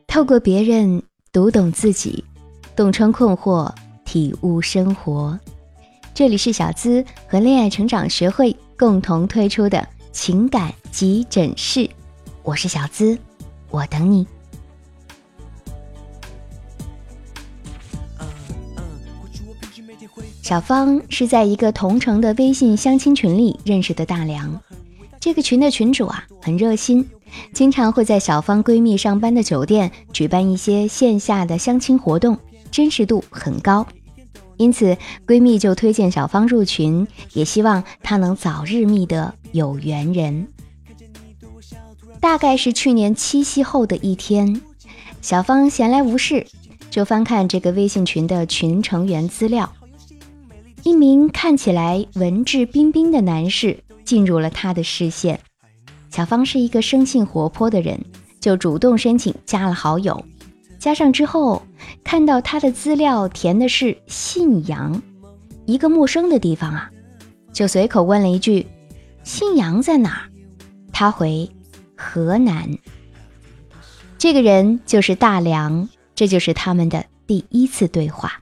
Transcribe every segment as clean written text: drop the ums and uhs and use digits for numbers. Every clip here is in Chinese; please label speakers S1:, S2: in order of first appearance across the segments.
S1: 透过别人读懂自己，洞穿困惑，体悟生活。这里是小资和恋爱成长学会共同推出的情感急诊室，我是小资，我等你。小芳是在一个同城的微信相亲群里认识的大梁。这个群的群主很热心，经常会在小芳闺蜜上班的酒店举办一些线下的相亲活动，真实度很高。因此闺蜜就推荐小芳入群，也希望她能早日觅得有缘人。大概是去年七夕后的一天，小芳闲来无事，就翻看这个微信群的群成员资料。一名看起来文质彬彬的男士进入了她的视线。小芳是一个生性活泼的人，就主动申请加了好友。加上之后，看到他的资料填的是信阳，一个陌生的地方就随口问了一句：信阳在哪儿？他回河南。这个人就是大梁，这就是他们的第一次对话。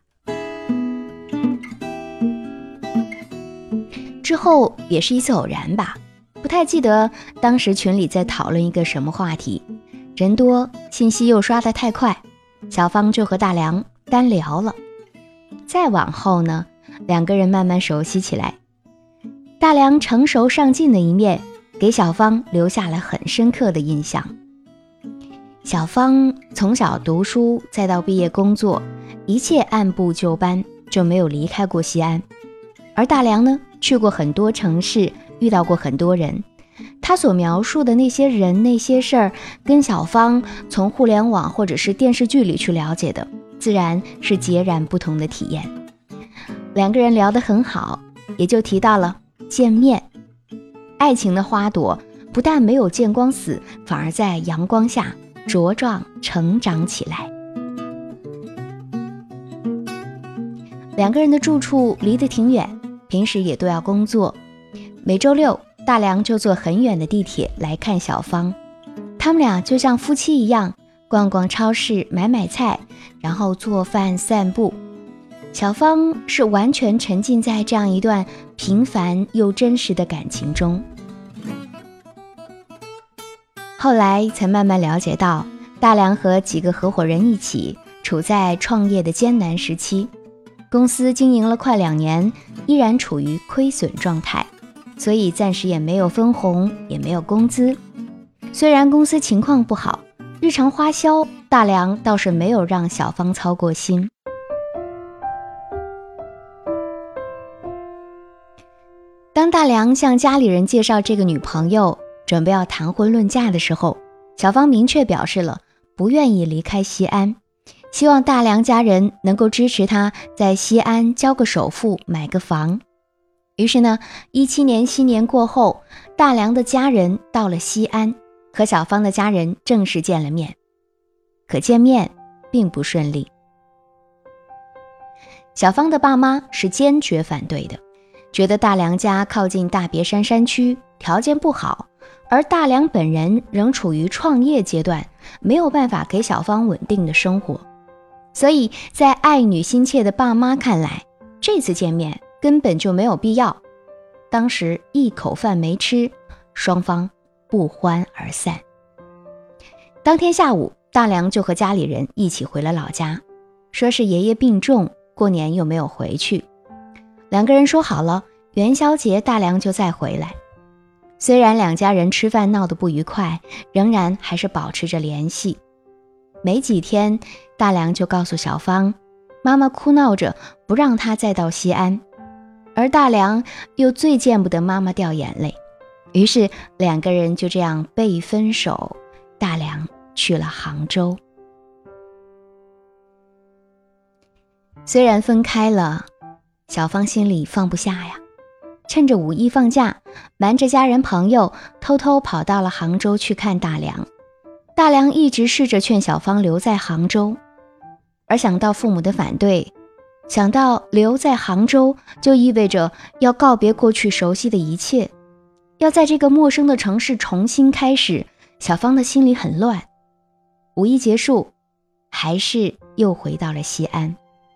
S1: 之后也是一次偶然吧，不太记得当时群里在讨论一个什么话题，人多，信息又刷得太快，小芳就和大梁单聊了。再往后呢，两个人慢慢熟悉起来。大梁成熟上进的一面给小芳留下了很深刻的印象。小芳从小读书再到毕业工作，一切按部就班，就没有离开过西安。而大梁呢，去过很多城市，遇到过很多人，他所描述的那些人那些事儿，跟小芳从互联网或者是电视剧里去了解的，自然是截然不同的体验。两个人聊得很好，也就提到了见面。爱情的花朵不但没有见光死，反而在阳光下茁壮成长起来。两个人的住处离得挺远，平时也都要工作。每周六，大梁就坐很远的地铁来看小芳。他们俩就像夫妻一样，逛逛超市，买买菜，然后做饭散步。小芳是完全沉浸在这样一段平凡又真实的感情中。后来才慢慢了解到，大梁和几个合伙人一起处在创业的艰难时期，公司经营了快2年，依然处于亏损状态，所以暂时也没有分红，也没有工资。虽然公司情况不好，日常花销大梁倒是没有让小芳操过心。当大梁向家里人介绍这个女朋友，准备要谈婚论嫁的时候，小芳明确表示了不愿意离开西安，希望大梁家人能够支持他在西安交个首付，买个房。于是呢，17年新年过后，大梁的家人到了西安，和小芳的家人正式见了面。可见面并不顺利。小芳的爸妈是坚决反对的，觉得大梁家靠近大别山山区，条件不好，而大梁本人仍处于创业阶段，没有办法给小芳稳定的生活。所以在爱女心切的爸妈看来，这次见面根本就没有必要。当时一口饭没吃，双方不欢而散。当天下午，大梁就和家里人一起回了老家，说是爷爷病重，过年又没有回去。两个人说好了，元宵节大梁就再回来。虽然两家人吃饭闹得不愉快，仍然还是保持着联系。没几天，大梁就告诉小芳，妈妈哭闹着不让她再到西安，而大梁又最见不得妈妈掉眼泪，于是两个人就这样被分手。大梁去了杭州。虽然分开了，小芳心里放不下呀，趁着5一放假，瞒着家人朋友，偷偷跑到了杭州去看大梁。大梁一直试着劝小芳留在杭州，而想到父母的反对，想到留在杭州就意味着要告别过去熟悉的一切，要在这个陌生的城市重新开始，小芳的心里很乱。5一结束， 还是又回到了西安。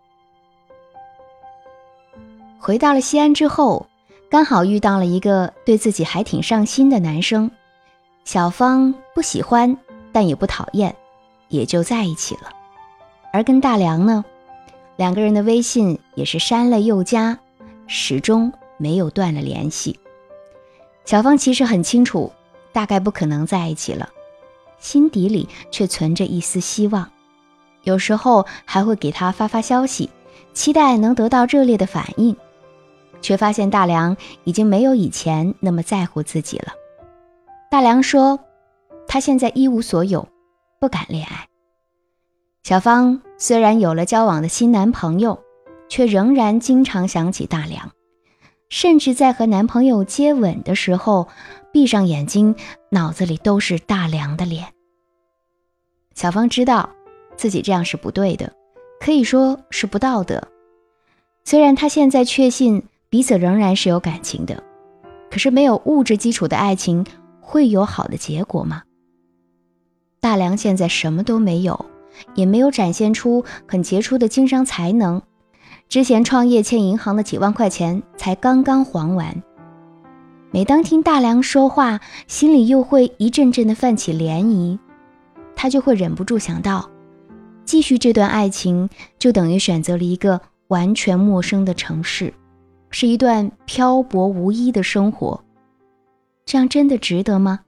S1: 回到了西安之后，刚好遇到了一个对自己还挺上心的男生，小芳不喜欢，但也不讨厌，也就在一起了。而跟大梁呢，两个人的微信也是删了又加，始终没有断了联系。小芳其实很清楚，大概不可能在一起了，心底里却存着一丝希望，有时候还会给他发发消息，期待能得到热烈的反应，却发现大梁已经没有以前那么在乎自己了。大梁说，他现在一无所有，不敢恋爱。小芳虽然有了交往的新男朋友，却仍然经常想起大梁，甚至在和男朋友接吻的时候，闭上眼睛，脑子里都是大梁的脸。小芳知道自己这样是不对的，可以说是不道德。虽然她现在确信彼此仍然是有感情的，可是没有物质基础的爱情会有好的结果吗？大梁现在什么都没有，也没有展现出很杰出的经商才能，之前创业欠银行的几万块钱才刚刚还完。每当听大梁说话，心里又会一阵阵的泛起涟漪，他就会忍不住想到，继续这段爱情就等于选择了一个完全陌生的城市，是一段漂泊无依的生活，这样真的值得吗？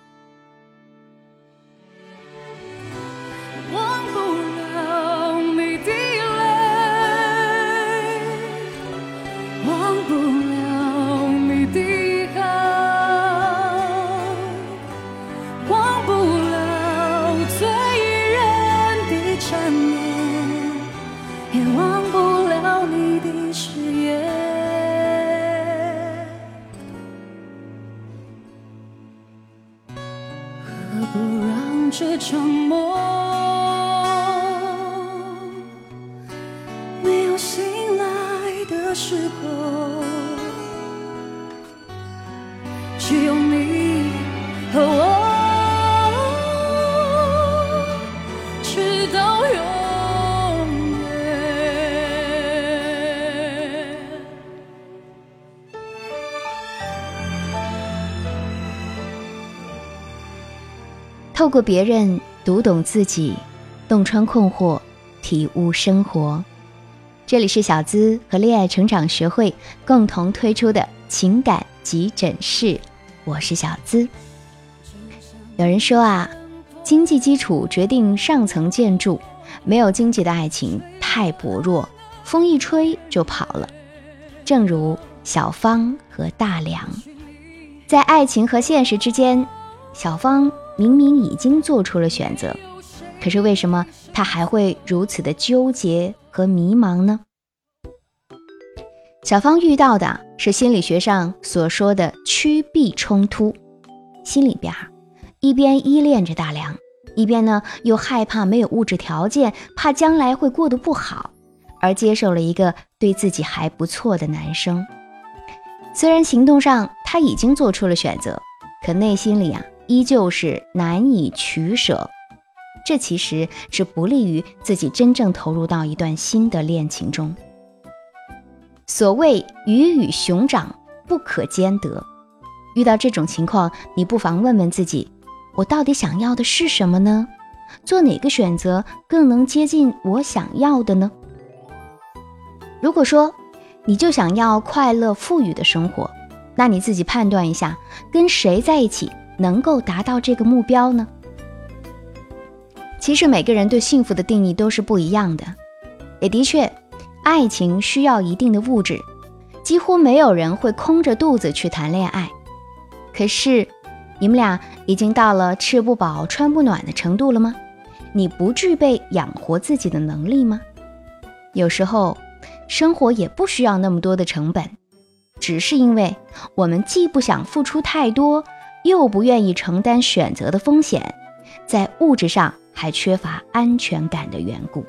S2: 不让这场梦没有醒来的时候，只有你和我直到永远。
S1: 透过别人读懂自己，洞穿困惑，体悟生活。这里是小资和恋爱成长学会共同推出的情感急诊室，我是小资。有人说啊，经济基础决定上层建筑，没有经济的爱情太薄弱，风一吹就跑了。正如小芳和大梁，在爱情和现实之间，小芳明明已经做出了选择，可是为什么她还会如此的纠结和迷茫呢？小芳遇到的是心理学上所说的趋避冲突，心里边一边依恋着大梁，一边呢又害怕没有物质条件，怕将来会过得不好，而接受了一个对自己还不错的男生。虽然行动上他已经做出了选择，可内心里依旧是难以取舍，这其实是不利于自己真正投入到一段新的恋情中。所谓鱼与熊掌不可兼得，遇到这种情况，你不妨问问自己，我到底想要的是什么呢？做哪个选择更能接近我想要的呢？如果说你就想要快乐富裕的生活，那你自己判断一下，跟谁在一起能够达到这个目标呢？其实每个人对幸福的定义都是不一样的，也的确，爱情需要一定的物质，几乎没有人会空着肚子去谈恋爱。可是，你们俩已经到了吃不饱穿不暖的程度了吗？你不具备养活自己的能力吗？有时候，生活也不需要那么多的成本，只是因为我们既不想付出太多，又不愿意承担选择的风险，在物质上还缺乏安全感的缘故。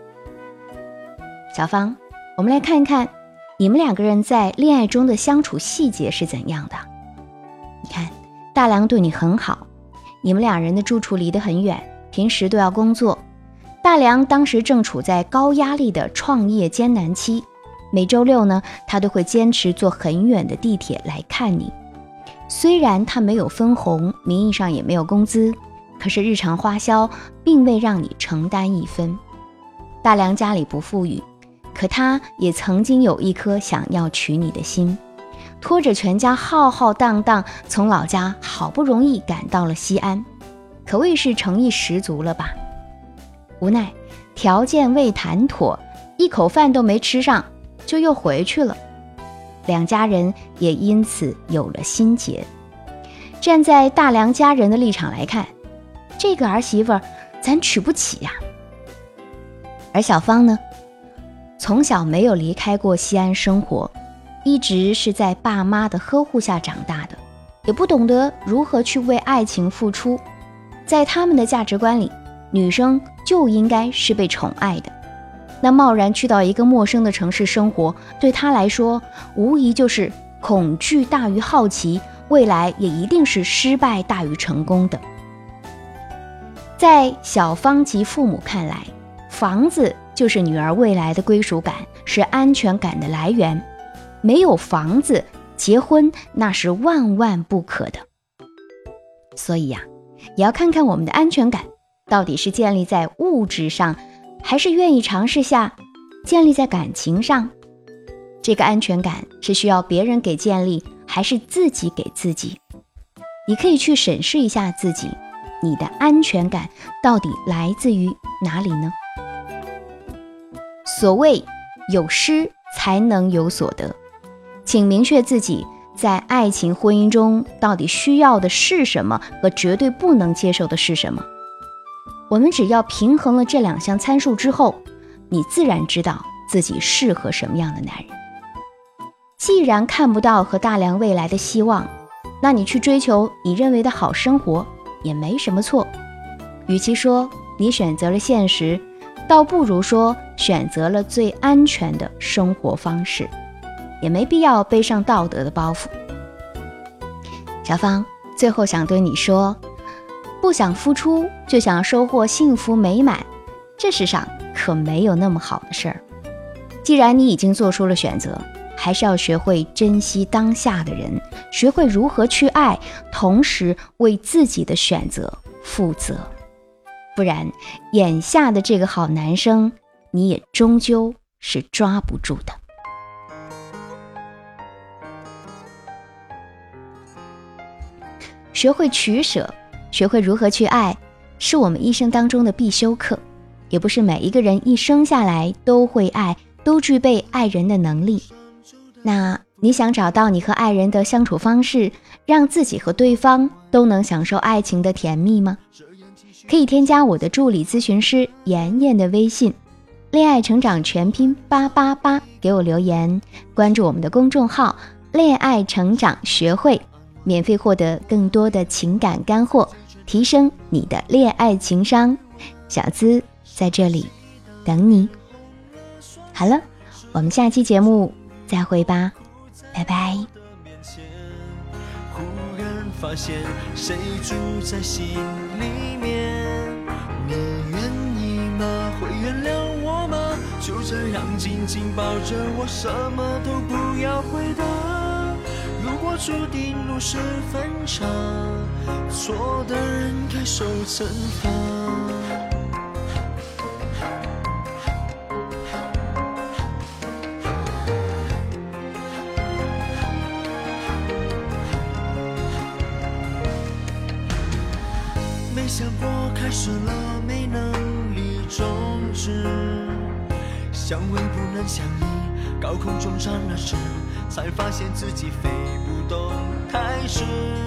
S1: 小芳，我们来看一看你们两个人在恋爱中的相处细节是怎样的。你看，大梁对你很好，你们两人的住处离得很远，平时都要工作， 大梁当时正处在高压力的创业艰难期，每周六呢，他都会坚持坐很远的地铁来看你。虽然他没有分红，名义上也没有工资，可是日常花销并未让你承担一分。大梁家里不富裕，可他也曾经有一颗想要娶你的心，拖着全家浩浩荡荡从老家好不容易赶到了西安，可谓是诚意十足了吧。无奈条件未谈妥，一口饭都没吃上就又回去了，两家人也因此有了心结。站在大梁家人的立场来看，这个儿媳妇咱娶不起呀。而小芳呢，从小没有离开过西安生活，一直是在爸妈的呵护下长大的，也不懂得如何去为爱情付出。在他们的价值观里，女生就应该是被宠爱的。那贸然去到一个陌生的城市生活，对她来说无疑就是恐惧大于好奇，未来也一定是失败大于成功的。在小芳及父母看来，房子就是女儿未来的归属感，是安全感的来源。没有房子，结婚那是万万不可的。所以也要看看我们的安全感到底是建立在物质上，还是愿意尝试下建立在感情上。这个安全感是需要别人给建立，还是自己给自己？你可以去审视一下自己，你的安全感到底来自于哪里呢？所谓有失才能有所得，请明确自己在爱情婚姻中到底需要的是什么，和绝对不能接受的是什么。我们只要平衡了这两项参数之后，你自然知道自己适合什么样的男人。既然看不到和大梁未来的希望，那你去追求你认为的好生活也没什么错。与其说你选择了现实，倒不如说选择了最安全的生活方式，也没必要背上道德的包袱。小芳最后想对你说，不想付出就想收获幸福美满，这世上可没有那么好的事儿。既然你已经做出了选择，还是要学会珍惜当下的人，学会如何去爱，同时为自己的选择负责。不然眼下的这个好男生，你也终究是抓不住的。学会取舍，学会如何去爱，是我们一生当中的必修课。也不是每一个人一生下来都会爱，都具备爱人的能力。那你想找到你和爱人的相处方式，让自己和对方都能享受爱情的甜蜜吗？可以添加我的助理咨询师妍妍的微信，恋爱成长全拼888，给我留言，关注我们的公众号恋爱成长学会，免费获得更多的情感干货，提升你的恋爱情商。小资在这里等你。好了，我们下期节目再会吧，拜拜。忽然发现谁住在心里面，你愿意吗？会原谅我吗？就这样紧紧抱着我，什么都不要回答。如果注定路是分岔，错的人该受惩罚。没想过开始了没能力终止，相偎不能相依，高空中展了翅，才发现自己飞不动太迟。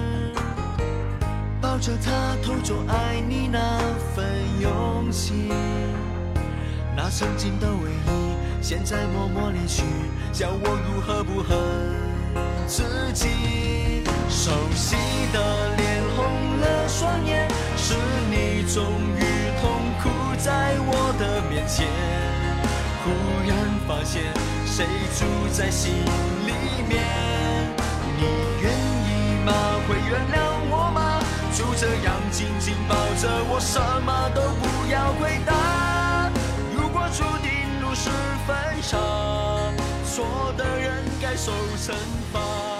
S1: 抱着他偷走爱你那份勇气，那曾经的唯一，现在默默离去，叫我如何不恨自己。熟悉的脸红了双眼，是你终于痛哭在我的面前。忽然发现谁住在心里面，你愿意吗？会原谅我吗？就这样紧紧抱着我，什么都不要回答。
S3: 分岔，错的人该受惩罚。